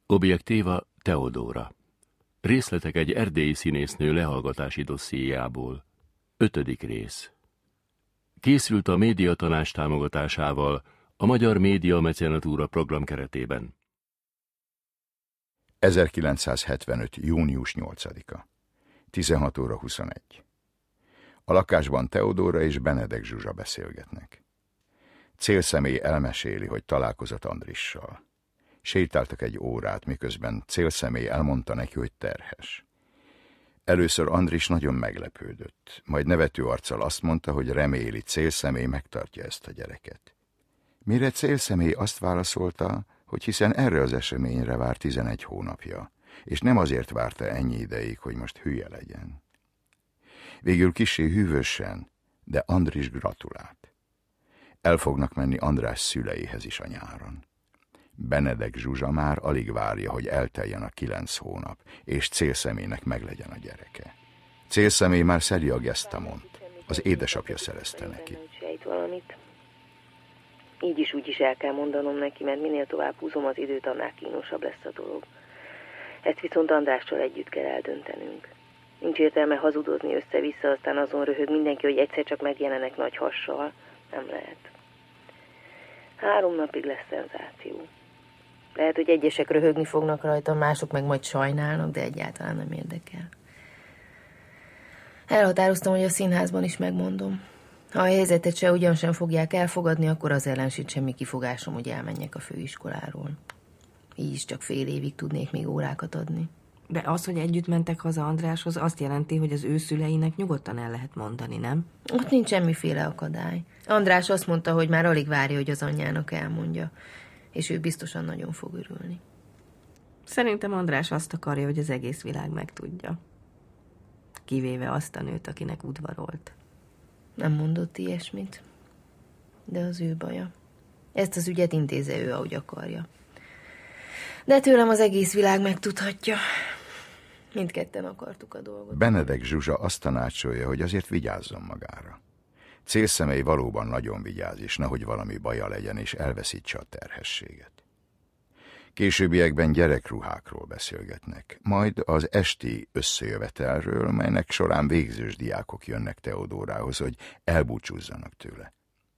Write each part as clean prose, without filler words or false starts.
Objektíva Teodóra. Részletek egy erdélyi színésznő lehallgatási dossziéjából. 5. rész. Készült a Médiatanács támogatásával a Magyar Média Mecenatúra program keretében. 1975. június 8-a. 16 óra 21. A lakásban Teodóra és Benedek Zsuzsa beszélgetnek. Célszemély elmeséli, hogy találkozott Andrissal. Sétáltak egy órát, miközben célszemély elmondta neki, hogy terhes. Először Andris nagyon meglepődött, majd nevető arccal azt mondta, hogy reméli, célszemély megtartja ezt a gyereket. Mire célszemély azt válaszolta, hogy hiszen erre az eseményre vár 11 hónapja, és nem azért várta ennyi ideig, hogy most hülye legyen. Végül kissé hűvösen, de Andris gratulált. El fognak menni András szüleihez is a nyáron. Benedek Zsuzsa már alig várja, hogy elteljen a 9 hónap, és célszemélynek meglegyen a gyereke. Célszemély már szedi a gesztamont, az édesapja szerezte neki. Így is úgy is el kell mondanom neki, mert minél tovább húzom az időt, annál kínosabb lesz a dolog. Ezt viszont Andrással együtt kell eldöntenünk. Nincs értelme hazudozni össze-vissza, aztán azon röhög mindenki, hogy egyszer csak megjelenek nagy hassal. Nem lehet. 3 napig lesz szenzáció. Lehet, hogy egyesek röhögni fognak rajta, mások meg majd sajnálnak, de egyáltalán nem érdekel. Elhatároztam, hogy a színházban is megmondom. Ha a helyzetet se ugyan sem fogják elfogadni, akkor az ellen sincs semmi kifogásom, hogy elmenjek a főiskoláról. Így is csak fél évig tudnék még órákat adni. De az, hogy együtt mentek haza Andráshoz, azt jelenti, hogy az ő szüleinek nyugodtan el lehet mondani, nem? Ott nincs semmiféle akadály. András azt mondta, hogy már alig várja, hogy az anyjának elmondja. És ő biztosan nagyon fog örülni. Szerintem András azt akarja, hogy az egész világ megtudja. Kivéve azt a nőt, akinek udvarolt. Nem mondott ilyesmit, de az ő baja. Ezt az ügyet intézze ő, ahogy akarja. De tőlem az egész világ megtudhatja. Mindketten akartuk a dolgot. Benedek Zsuzsa azt tanácsolja, hogy azért vigyázzon magára. Célszemély valóban nagyon vigyáz, és nehogy valami baja legyen, és elveszítse a terhességet. Későbbiekben gyerekruhákról beszélgetnek, majd az esti összejövetelről, melynek során végzős diákok jönnek Teodórához, hogy elbúcsúzzanak tőle.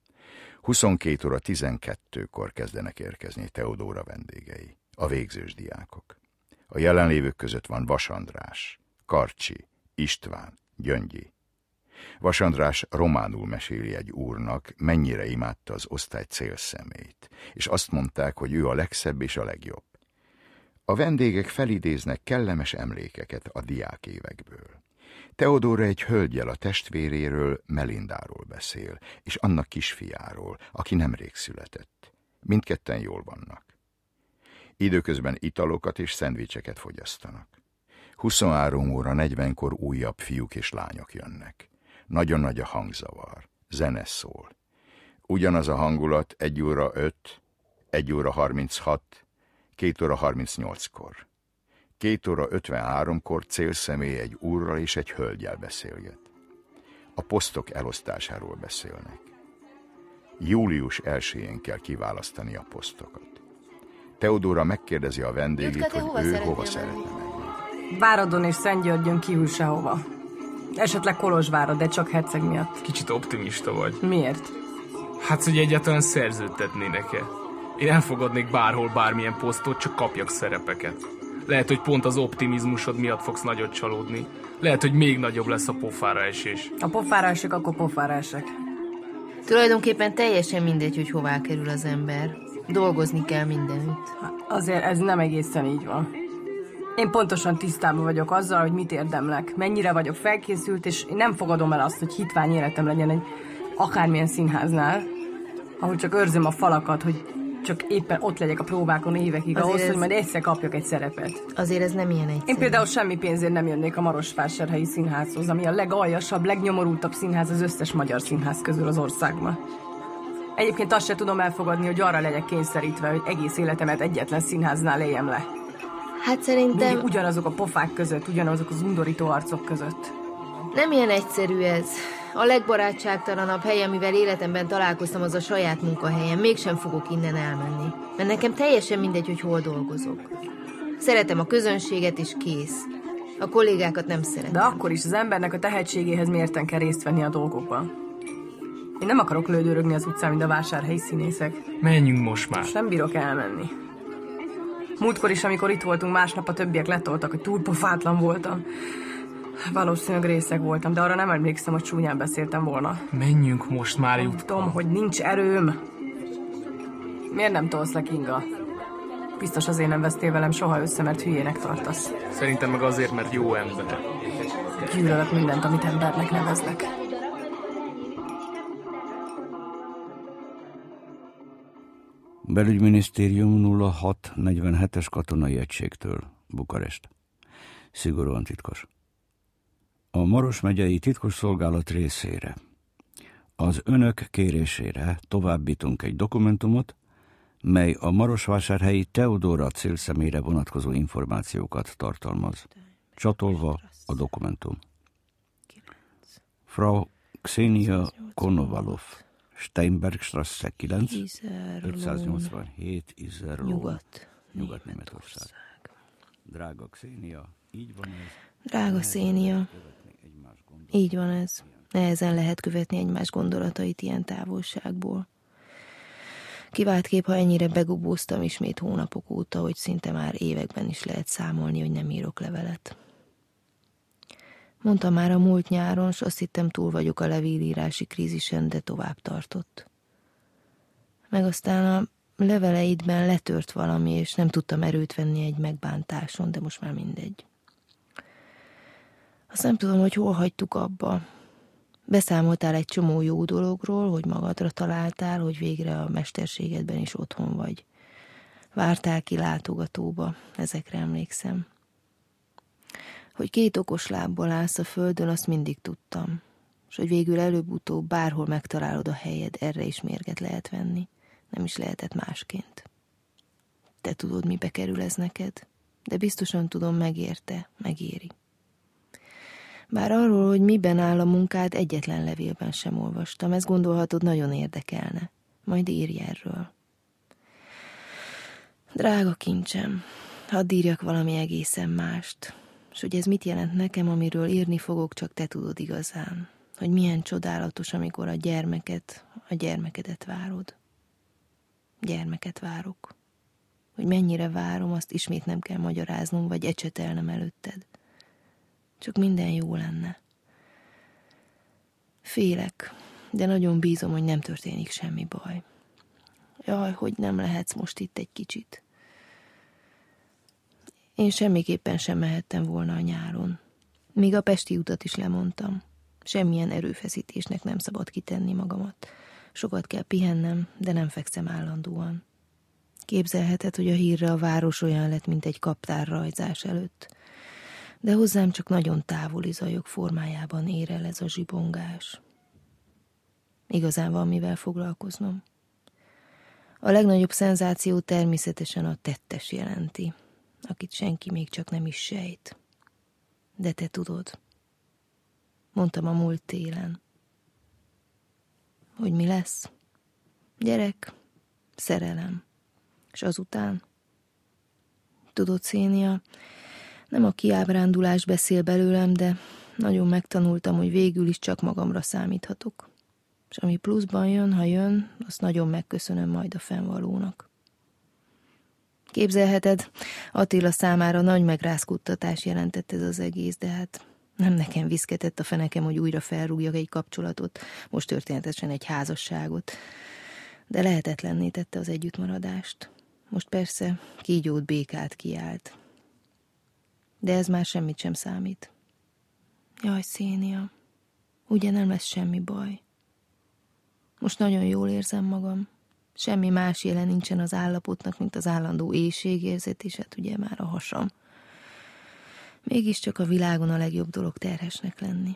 22 óra 12-kor kezdenek érkezni Teodóra vendégei, a végzős diákok. A jelenlévők között van Vas András, Karcsi, István, Gyöngyi. Vas András románul meséli egy úrnak, mennyire imádta az osztály célszemélyt, és azt mondták, hogy ő a legszebb és a legjobb. A vendégek felidéznek kellemes emlékeket a diákévekből. Teodóra egy hölggyel, a testvéréről, Melindáról beszél, és annak kisfiáról, aki nemrég született. Mindketten jól vannak. Időközben italokat és szendvicseket fogyasztanak. 23 óra 40-kor újabb fiúk és lányok jönnek. Nagyon nagy a hangzavar, zene szól. Ugyanaz a hangulat 1 óra 5, 1 óra 36, 2 óra 38-kor. 2 óra 53-kor célszemély egy úrral és egy hölggyel beszélget. A posztok elosztásáról beszélnek. Július 1-én kell kiválasztani a posztokat. Teodóra megkérdezi a vendégét, hogy ő hova szeretne menni. Váradon és Szentgyörgyön kívül sehova. Esetleg Kolozsvárra, de csak herceg miatt. Kicsit optimista vagy. Miért? Hát, hogy egyáltalán szerződtetnének-e. Én elfogadnék bárhol bármilyen posztot, csak kapjak szerepeket. Lehet, hogy pont az optimizmusod miatt fogsz nagyot csalódni. Lehet, hogy még nagyobb lesz a pofára esés. A pofára esek, akkor pofára esek. Tulajdonképpen teljesen mindegy, hogy hová kerül az ember. Dolgozni kell mindenütt. Azért ez nem egészen így van. Én pontosan tisztában vagyok azzal, hogy mit érdemlek, mennyire vagyok felkészült, és én nem fogadom el azt, hogy hitvány életem legyen egy akármilyen színháznál, ahol csak őrzöm a falakat, hogy csak éppen ott legyek a próbákon évekig ahhoz, hogy majd egyszer kapjak egy szerepet. Azért ez nem ilyen egyszerű. Én például semmi pénzért nem jönnék a Marosvásárhelyi Színházhoz, ami a legaljasabb, legnyomorultabb színház az összes magyar színház közül az országban. Egyébként azt se tudom elfogadni, hogy arra legyek kényszerítve, hogy egész életemet egyetlen színháznál éljem le. Hát szerintem... Mindig ugyanazok a pofák között, ugyanazok az undorító arcok között. Nem ilyen egyszerű ez. A legbarátságtalanabb hely, amivel életemben találkoztam, az a saját munkahelyem. Mégsem fogok innen elmenni. Mert nekem teljesen mindegy, hogy hol dolgozok. Szeretem a közönséget, és kész. A kollégákat nem szeretem. De akkor is az embernek a tehetségéhez mérten kell részt venni a dolgokban. Én nem akarok lődörögni az utcán, mint a vásárhelyi színészek. Menjünk most már. Nem bírok elmenni. Múltkor is, amikor itt voltunk, másnap a többiek letoltak, hogy túl pofátlan voltam. Valószínűleg részeg voltam, de arra nem emlékszem, hogy csúnyán beszéltem volna. Menjünk most már, Jutka. Tudom, hogy nincs erőm. Miért nem tolsz le, Kinga? Biztos azért nem vesztél velem soha össze, mert hülyének tartasz. Szerintem meg azért, mert jó ember. Gyűlölök mindent, amit embernek neveznek. Belügyminisztérium 0647-es katonai egységtől, Bukarest. Szigorúan titkos. A Maros megyei titkosszolgálat részére. Az önök kérésére továbbítunk egy dokumentumot, mely a marosvásárhelyi Teodóra célszemélyre vonatkozó információkat tartalmaz. Csatolva a dokumentum. Frau Ksenia Konovalov, Steinbergstrasse 9, 587 Iserlohn, Nyugat-Németország. Drága Ksenia, így van ez. Drága Xenia, így van ez. Nehezen lehet követni egymás gondolatait ilyen távolságból. Kivált kép, ha ennyire begubóztam ismét hónapok óta, hogy szinte már években is lehet számolni, hogy nem írok levelet. Mondtam már a múlt nyáron, s azt hittem, túl vagyok a levélírási krízisen, de tovább tartott. Meg aztán a leveleidben letört valami, és nem tudtam erőt venni egy megbántáson, de most már mindegy. Azt nem tudom, hogy hol hagytuk abba. Beszámoltál egy csomó jó dologról, hogy magadra találtál, hogy végre a mesterségedben is otthon vagy. Vártál ki látogatóba, ezekre emlékszem. Hogy 2 okos lábbal állsz a földön, azt mindig tudtam. És hogy végül előbb-utóbb bárhol megtalálod a helyed, erre is mérget lehet venni. Nem is lehetett másként. Te tudod, mibe kerül ez neked, de biztosan tudom, megéri. Bár arról, hogy miben áll a munkád, egyetlen levélben sem olvastam. Ezt gondolhatod, nagyon érdekelne. Majd írj erről. Drága kincsem, hadd írjak valami egészen mást. És hogy ez mit jelent nekem, amiről írni fogok, csak te tudod igazán. Hogy milyen csodálatos, amikor a gyermekedet várod. Gyermeket várok. Hogy mennyire várom, azt ismét nem kell magyaráznom, vagy ecsetelnem előtted. Csak minden jó lenne. Félek, de nagyon bízom, hogy nem történik semmi baj. Jaj, hogy nem lehetsz most itt egy kicsit. Én semmiképpen sem mehettem volna a nyáron. Még a pesti utat is lemondtam. Semmilyen erőfeszítésnek nem szabad kitenni magamat. Sokat kell pihennem, de nem fekszem állandóan. Képzelheted, hogy a hírre a város olyan lett, mint egy kaptárrajzás előtt. De hozzám csak nagyon távoli zajok formájában ér el ez a zsibongás. Igazán van mivel foglalkoznom. A legnagyobb szenzáció természetesen a tettes jelenti, akit senki még csak nem is sejt. De te tudod. Mondtam a múlt télen. Hogy mi lesz? Gyerek, szerelem. És azután? Tudod, Xenia, nem a kiábrándulás beszél belőlem, de nagyon megtanultam, hogy végül is csak magamra számíthatok. És ami pluszban jön, ha jön, azt nagyon megköszönöm majd a fennvalónak. Képzelheted, Attila számára nagy megrázkódtatás jelentett ez az egész, de hát nem nekem viszketett a fenekem, hogy újra felrúgjak egy kapcsolatot, most történetesen egy házasságot. De lehetetlenné tette az együttmaradást. Most persze kígyót békát kiált. De ez már semmit sem számít. Jaj, Xenia, ugye nem lesz semmi baj. Most nagyon jól érzem magam. Semmi más jele nincsen az állapotnak, mint az állandó éhségérzet, és hát ugye már a hasam. Mégiscsak a világon a legjobb dolog terhesnek lenni.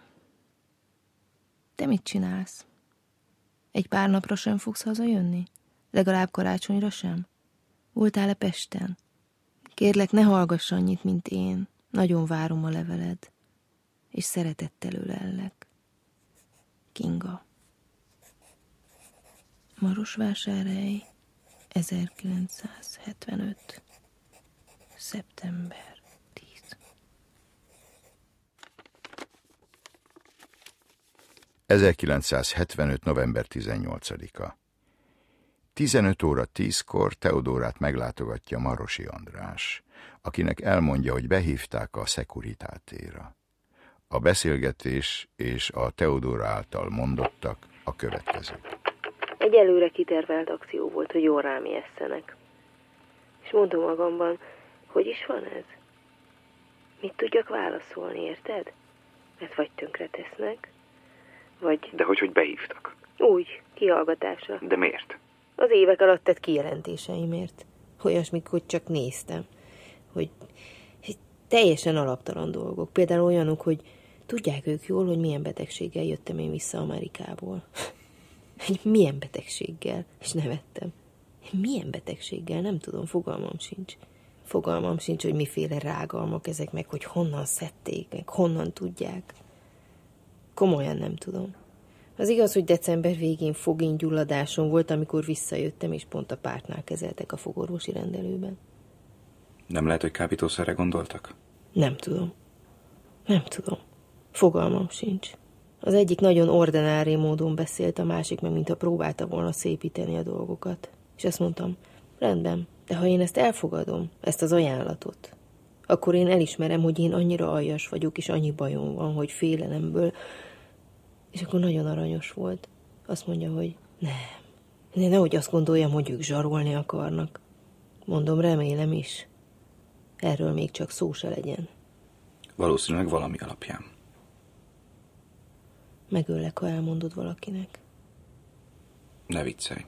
Te mit csinálsz? Egy pár napra sem fogsz hazajönni? Legalább karácsonyra sem? Voltál-e Pesten? Kérlek, ne hallgass annyit, mint én. Nagyon várom a leveled. És szeretettel ölellek. Kinga. Marosvásárhely, 1975. Szeptember 10. ...1975. november 18-a. 15 óra 10-kor Teodórát meglátogatja Marosi András, akinek elmondja, hogy behívták a Securitátéra. A beszélgetés és a Teodóra által mondottak a következő. Egy előre kitervelt akció volt, hogy jól rám ijesszenek. És mondom magamban, hogy is van ez? Mit tudjak válaszolni, érted? Mert vagy tönkre tesznek, vagy... De hogy behívtak? Úgy, kihallgatásra. De miért? Az évek alatt tett kijelentéseimért. Olyasmik, hogy csak néztem. Hogy teljesen alaptalan dolgok. Például olyanok, hogy tudják ők jól, hogy milyen betegséggel jöttem én vissza Amerikából. Milyen betegséggel? És nevettem. Milyen betegséggel? Nem tudom, fogalmam sincs. Fogalmam sincs, hogy miféle rágalmak ezek, meg hogy honnan szedték, meg honnan tudják. Komolyan nem tudom. Az igaz, hogy december végén fogéngyulladásom volt, amikor visszajöttem, és pont a pártnál kezeltek a fogorvosi rendelőben. Nem lehet, hogy kábítószerre gondoltak? Nem tudom. Nem tudom. Fogalmam sincs. Az egyik nagyon ordinári módon beszélt, a másik meg mintha próbálta volna szépíteni a dolgokat. És azt mondtam, rendben, de ha én ezt elfogadom, ezt az ajánlatot, akkor én elismerem, hogy én annyira aljas vagyok, és annyi bajom van, hogy félelemből. És akkor nagyon aranyos volt. Azt mondja, hogy nem. Nehogy azt gondoljam, hogy ők zsarolni akarnak. Mondom, remélem is. Erről még csak szó se legyen. Valószínűleg valami alapján. Megöllek, ha elmondod valakinek. Ne viccelj.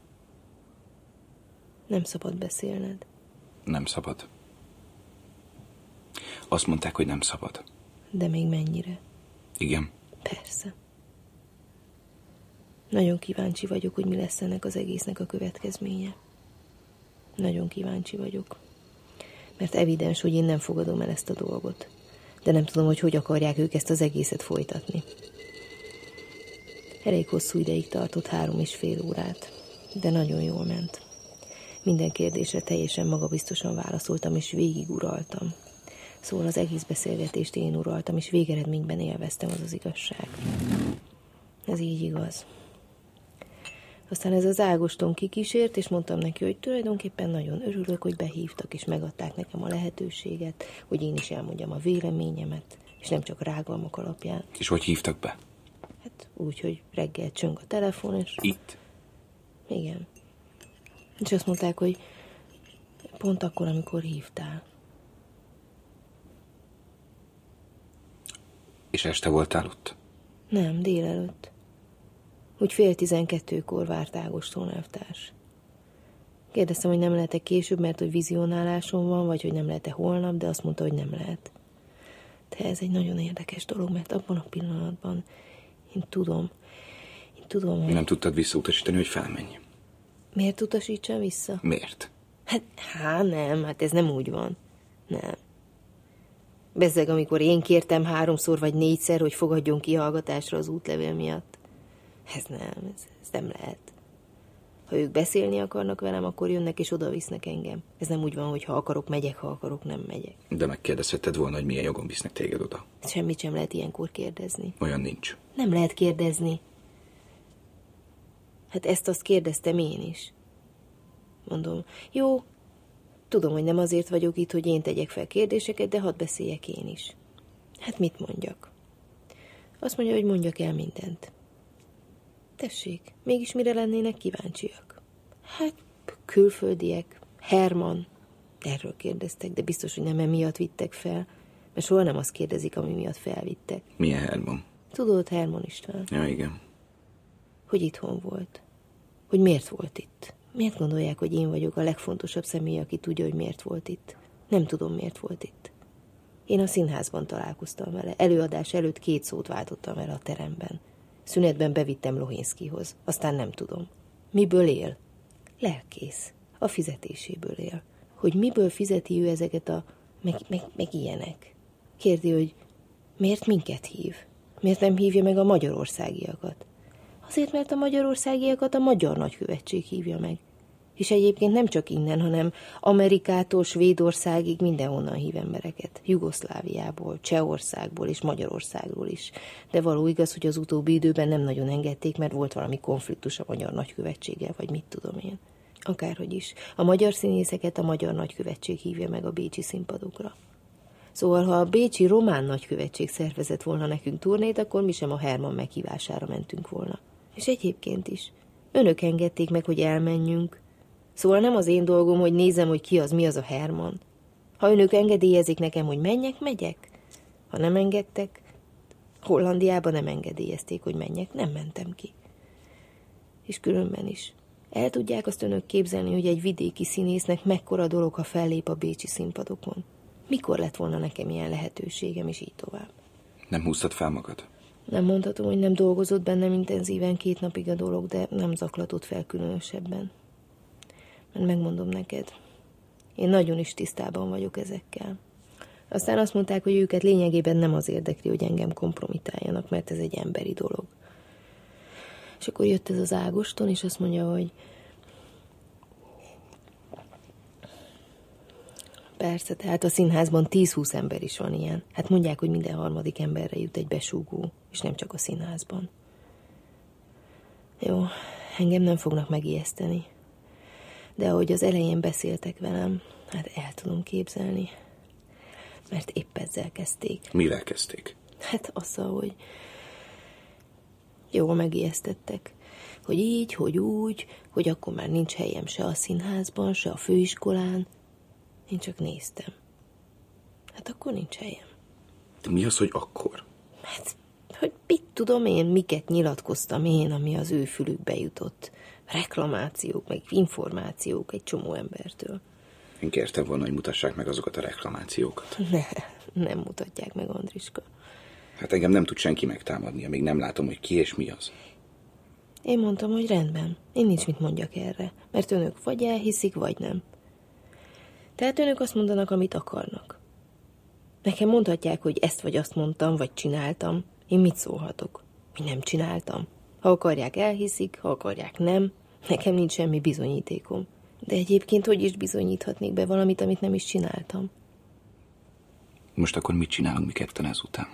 Nem szabad beszélned. Nem szabad. Azt mondták, hogy nem szabad. De még mennyire? Igen. Persze. Nagyon kíváncsi vagyok, hogy mi lesz ennek az egésznek a következménye. Nagyon kíváncsi vagyok. Mert evidens, hogy én nem fogadom el ezt a dolgot. De nem tudom, hogy akarják ők ezt az egészet folytatni. Elég hosszú ideig tartott, 3,5 órát. De nagyon jól ment. Minden kérdésre teljesen magabiztosan válaszoltam, és végig uraltam. Szóval az egész beszélgetést én uraltam, és végeredményben élveztem, az igazság. Ez így igaz. Aztán ez az Ágoston kikísért, és mondtam neki, hogy tulajdonképpen nagyon örülök, hogy behívtak, és megadták nekem a lehetőséget, hogy én is elmondjam a véleményemet, és nem csak rágalmak alapján. És hogy hívtak be? Hát úgy, hogy reggel csöng a telefon, és... Itt? Igen. És azt mondták, hogy pont akkor, amikor hívtál. És este voltál ott? Nem, délelőtt. Úgy 11:30 várt Ágoston elvtárs. Kérdeztem, hogy nem lehet-e később, mert hogy vizionálásom van, vagy hogy nem lehet-e holnap, de azt mondta, hogy nem lehet. De ez egy nagyon érdekes dolog, mert abban a pillanatban én tudom, hogy... Nem tudtad visszautasítani, hogy felmenj. Miért utasítsam vissza? Miért? Nem, ez nem úgy van. Nem. Bezzeg, amikor én kértem 3-szor vagy 4-szer, hogy fogadjon kihallgatásra az útlevél miatt. Ez nem lehet. Ha ők beszélni akarnak velem, akkor jönnek és oda visznek engem. Ez nem úgy van, hogy ha akarok, megyek, ha akarok, nem megyek. De megkérdezheted volna, hogy milyen jogon visznek téged oda. Semmit sem lehet ilyenkor kérdezni. Olyan nincs. Nem lehet kérdezni. Hát ezt-azt kérdeztem én is. Mondom, jó, tudom, hogy nem azért vagyok itt, hogy én tegyek fel kérdéseket, de hadd beszéljek én is. Hát mit mondjak? Azt mondja, hogy mondjak el mindent. Tessék, mégis mire lennének kíváncsiak? Hát, külföldiek, Herman, erről kérdeztek, de biztos, hogy nem emiatt vittek fel, mert soha nem azt kérdezik, ami miatt felvittek. Milyen Herman? Tudod, Herman István? Ja, igen. Hogy itthon volt. Hogy miért volt itt. Miért gondolják, hogy én vagyok a legfontosabb személy, aki tudja, hogy miért volt itt? Nem tudom, miért volt itt. Én a színházban találkoztam vele. Előadás előtt 2 szót váltottam vele a teremben. Szünetben bevittem Lohinszkihoz. Aztán nem tudom. Miből él? Lelkész. A fizetéséből él. Hogy miből fizeti ő ezeket a... meg ilyenek. Kérdi, hogy miért minket hív? Miért nem hívja meg a magyarországiakat? Azért, mert a magyarországiakat a magyar nagykövetség hívja meg. És egyébként nem csak innen, hanem Amerikától Svédországig mindenhonnan hív embereket. Jugoszláviából, Csehországból és Magyarországról is. De való igaz, hogy az utóbbi időben nem nagyon engedték, mert volt valami konfliktus a magyar nagykövetséggel, vagy mit tudom én. Akárhogy is. A magyar színészeket a magyar nagykövetség hívja meg a bécsi színpadokra. Szóval, ha a bécsi román nagykövetség szervezett volna nekünk turnét, akkor mi sem a Herman meghívására mentünk volna. És egyébként is. Önök engedték meg, hogy elmenjünk. Szóval nem az én dolgom, hogy nézem, hogy ki az, mi az a Herman. Ha önök engedélyezik nekem, hogy menjek, megyek. Ha nem engedtek, Hollandiában nem engedélyezték, hogy menjek, nem mentem ki. És különben is. El tudják azt önök képzelni, hogy egy vidéki színésznek mekkora dolog, ha fellép a bécsi színpadokon? Mikor lett volna nekem ilyen lehetőségem, és így tovább? Nem húztad fel magad? Nem mondhatom, hogy nem dolgozott bennem intenzíven 2 napig a dolog, de nem zaklatott fel különösebben. Mert megmondom neked, én nagyon is tisztában vagyok ezekkel. Aztán azt mondták, hogy őket lényegében nem az érdekli, hogy engem kompromitáljanak, mert ez egy emberi dolog. És akkor jött ez az Ágoston, és azt mondja, hogy persze, tehát a színházban 10-20 ember is van ilyen. Hát mondják, hogy minden 3. emberre jut egy besúgó, és nem csak a színházban. Jó, engem nem fognak megijeszteni. De ahogy az elején beszéltek velem, hát el tudom képzelni. Mert épp ezzel kezdték. Mivel kezdték? Hát azzal, hogy jól megijesztettek. Hogy így, hogy úgy, hogy akkor már nincs helyem se a színházban, se a főiskolán. Én csak néztem. Hát akkor nincs helyem. De mi az, hogy akkor? Hát, hogy mit tudom én, miket nyilatkoztam én, ami az ő fülükbe jutott. Reklamációk, meg információk egy csomó embertől. Én kértem volna, hogy mutassák meg azokat a reklamációkat. Nem mutatják meg, Andriska. Hát engem nem tud senki megtámadni, amíg nem látom, hogy ki és mi az. Én mondtam, hogy rendben. Én nincs mit mondjak erre, mert önök vagy elhiszik, vagy nem. Tehát önök azt mondanak, amit akarnak. Nekem mondhatják, hogy ezt vagy azt mondtam, vagy csináltam. Én mit szólhatok? Mi nem csináltam. Ha akarják, elhiszik, ha akarják, nem. Nekem nincs semmi bizonyítékom. De egyébként hogy is bizonyíthatnék be valamit, amit nem is csináltam? Most akkor mit csinálunk mi ketten ezután?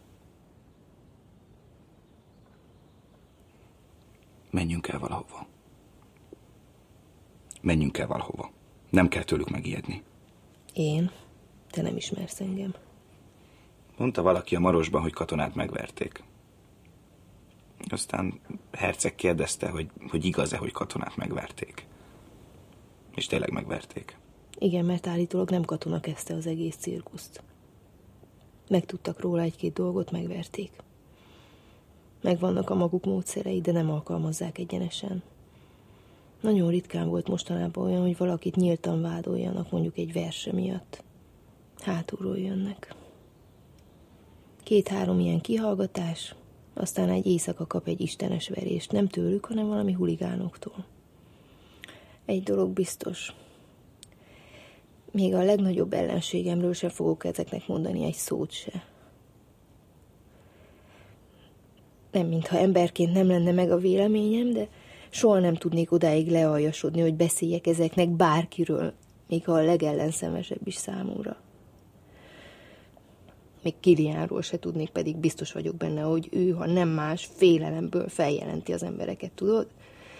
Menjünk el valahova. Menjünk el valahova. Nem kell tőlük megijedni. Én? Te nem ismersz engem. Mondta valaki a Marosban, hogy katonát megverték. Aztán herceg kérdezte, hogy igaz-e, hogy katonát megverték. És tényleg megverték. Igen, mert állítólag nem katona kezdte az egész cirkuszt. Megtudtak róla 1-2 dolgot, megverték. Megvannak a maguk módszerei, de nem alkalmazzák egyenesen. Nagyon ritkán volt mostanában olyan, hogy valakit nyíltan vádoljanak, mondjuk egy verse miatt. Hátulról jönnek. 2-3 ilyen kihallgatás, aztán egy éjszaka kap egy istenes verést, nem tőlük, hanem valami huligánoktól. Egy dolog biztos. Még a legnagyobb ellenségemről sem fogok ezeknek mondani egy szót se. Nem, mintha emberként nem lenne meg a véleményem, de soha nem tudnék odáig lealjasodni, hogy beszéljek ezeknek bárkiről, még ha a legellenszenvesebb is számomra. Még Kiliánról se tudnék, pedig biztos vagyok benne, hogy ő, ha nem más, félelemből feljelenti az embereket, tudod?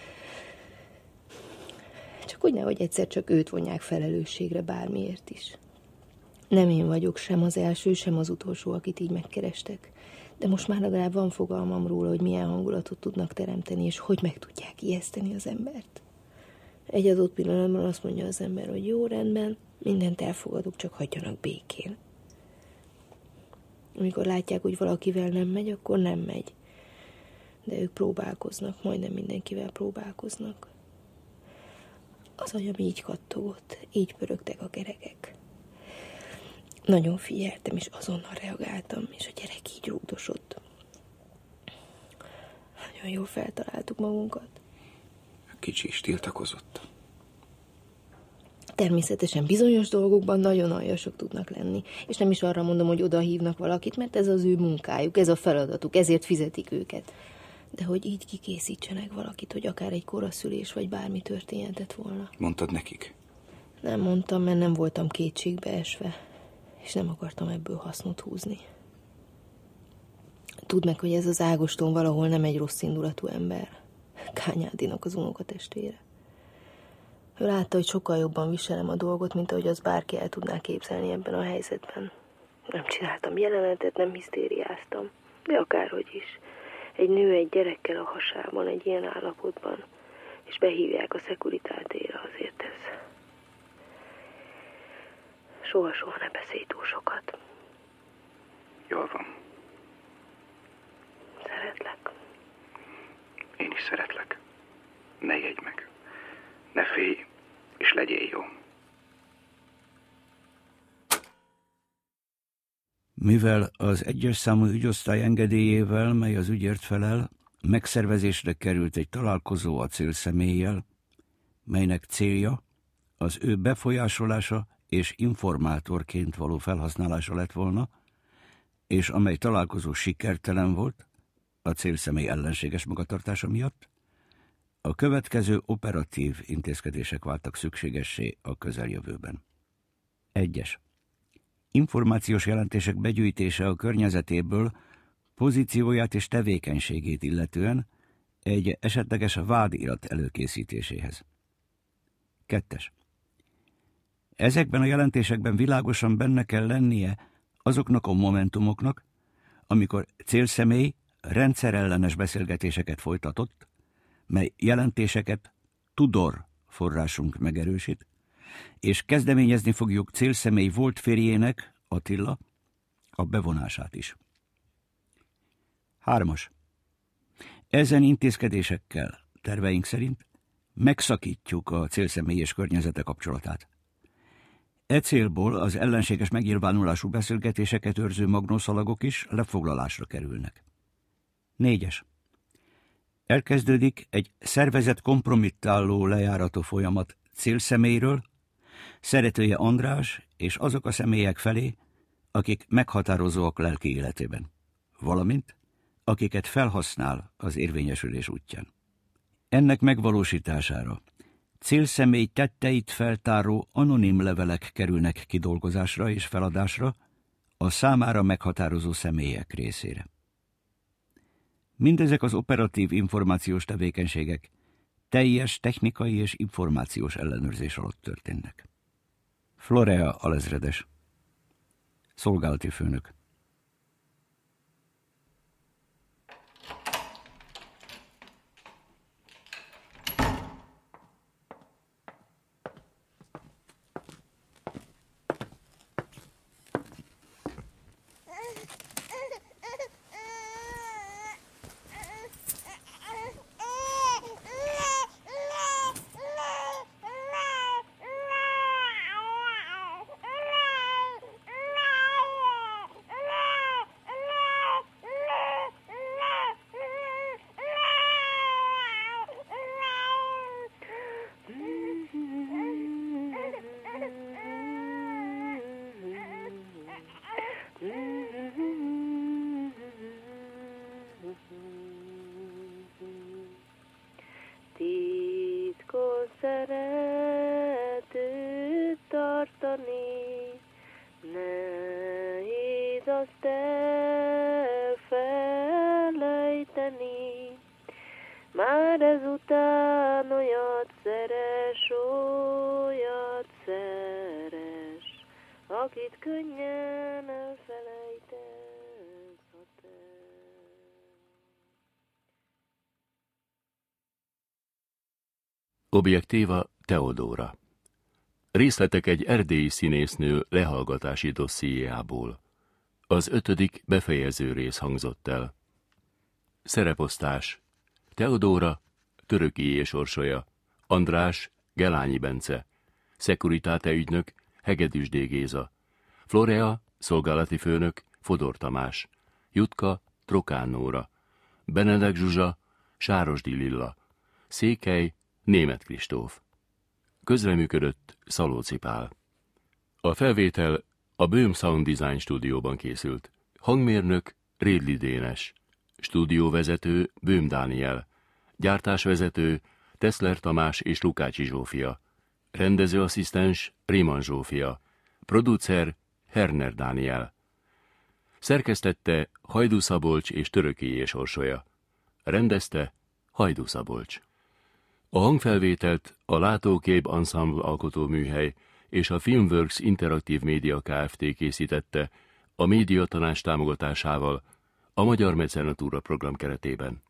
Csak úgy nehogy egyszer csak őt vonják felelősségre bármiért is. Nem én vagyok sem az első, sem az utolsó, akit így megkerestek. De most már legalább van fogalmam róla, hogy milyen hangulatot tudnak teremteni, és hogy meg tudják ijeszteni az embert. Egy adott pillanatban azt mondja az ember, hogy jó, rendben, mindent elfogadok, csak hagyjanak békén. Amikor látják, hogy valakivel nem megy, akkor nem megy. De ők próbálkoznak, majdnem mindenkivel próbálkoznak. Az agyam így kattogott, így pörögtek a kerekek. Nagyon figyeltem, és azonnal reagáltam, és a gyerek így rúgdosott. Nagyon jól feltaláltuk magunkat. A kicsi is tiltakozott. Természetesen bizonyos dolgokban nagyon aljasok tudnak lenni, és nem is arra mondom, hogy oda hívnak valakit, mert ez az ő munkájuk, ez a feladatuk, ezért fizetik őket. De hogy így kikészítsenek valakit, hogy akár egy koraszülés vagy bármi történhetett volna. Mondtad nekik? Nem mondtam, mert nem voltam kétségbe esve, és nem akartam ebből hasznot húzni. Tudd meg, hogy ez az Ágoston valahol nem egy rossz indulatú ember. Kányádinak az unokatestvére. Ő látta, hogy sokkal jobban viselem a dolgot, mint ahogy az bárki el tudná képzelni ebben a helyzetben. Nem csináltam jelenetet, nem hisztériáztam, de akárhogy is. Egy nő egy gyerekkel a hasában, egy ilyen állapotban, és behívják a Securitatére, azért ez. Soha-soha ne beszélj túl sokat. Jól van. Szeretlek. Én is szeretlek. Ne jegy meg. Ne félj, és legyél jó. Mivel az 1-es számú ügyosztály engedélyével, mely az ügyért felel, megszervezésre került egy találkozó a célszeméllyel, melynek célja az ő befolyásolása és informátorként való felhasználása lett volna, és amely találkozó sikertelen volt, a célszemély ellenséges magatartása miatt, a következő operatív intézkedések váltak szükségessé a közeljövőben. 1. Információs jelentések begyűjtése a környezetéből pozícióját és tevékenységét illetően egy esetleges vádirat előkészítéséhez. 2. Ezekben a jelentésekben világosan benne kell lennie azoknak a momentumoknak, amikor célszemély rendszerellenes beszélgetéseket folytatott, mely jelentéseket Tudor forrásunk megerősít, és kezdeményezni fogjuk célszemély volt férjének, Attila, a bevonását is. 3. Ezen intézkedésekkel, terveink szerint, megszakítjuk a célszemély és környezete kapcsolatát. E célból az ellenséges megnyilvánulású beszélgetéseket őrző magnószalagok is lefoglalásra kerülnek. 4. Elkezdődik egy szervezett kompromittáló lejárató folyamat célszemélyről, szeretője András és azok a személyek felé, akik meghatározóak lelki életében, valamint akiket felhasznál az érvényesülés útján. Ennek megvalósítására célszemély tetteit feltáró anonim levelek kerülnek kidolgozásra és feladásra a számára meghatározó személyek részére. Mindezek az operatív információs tevékenységek teljes technikai és információs ellenőrzés alatt történnek. Florea alezredes, szolgálati főnök. Már ezután olyat szeres, akit könnyen elfelejtesz a te. Objektíva Teodóra. Részletek egy erdélyi színésznő lehallgatási dossziéjából. Az 5. befejező rész hangzott el. Szereposztás: Teodóra, Törökijé sorsolya, András, Gelányi Bence, Securitate ügynök, Hegedűsdé Géza, Florea, szolgálati főnök, Fodor Tamás, Jutka, Trokán Nóra, Benedek Zsuzsa, Sárosdi Lilla, Székely, Németh Kristóf. Közreműködött Szalóci Pál. A felvétel a Böhm Sound Design stúdióban készült. Hangmérnök Rédli Dénes. Stúdióvezető Böhm Dániel. Gyártásvezető Teszler Tamás és Lukácsi Zsófia. Rendezőasszisztens Réman Zsófia. Producer Herner Dániel. Szerkesztette Hajdú Szabolcs és Törökélyés Orsolya. Rendezte Hajdú Szabolcs. A hangfelvételt a Látókép Ensemble alkotóműhely és a Filmworks Interaktív Média Kft. Készítette a Médiatanács támogatásával a Magyar Mecenatúra program keretében.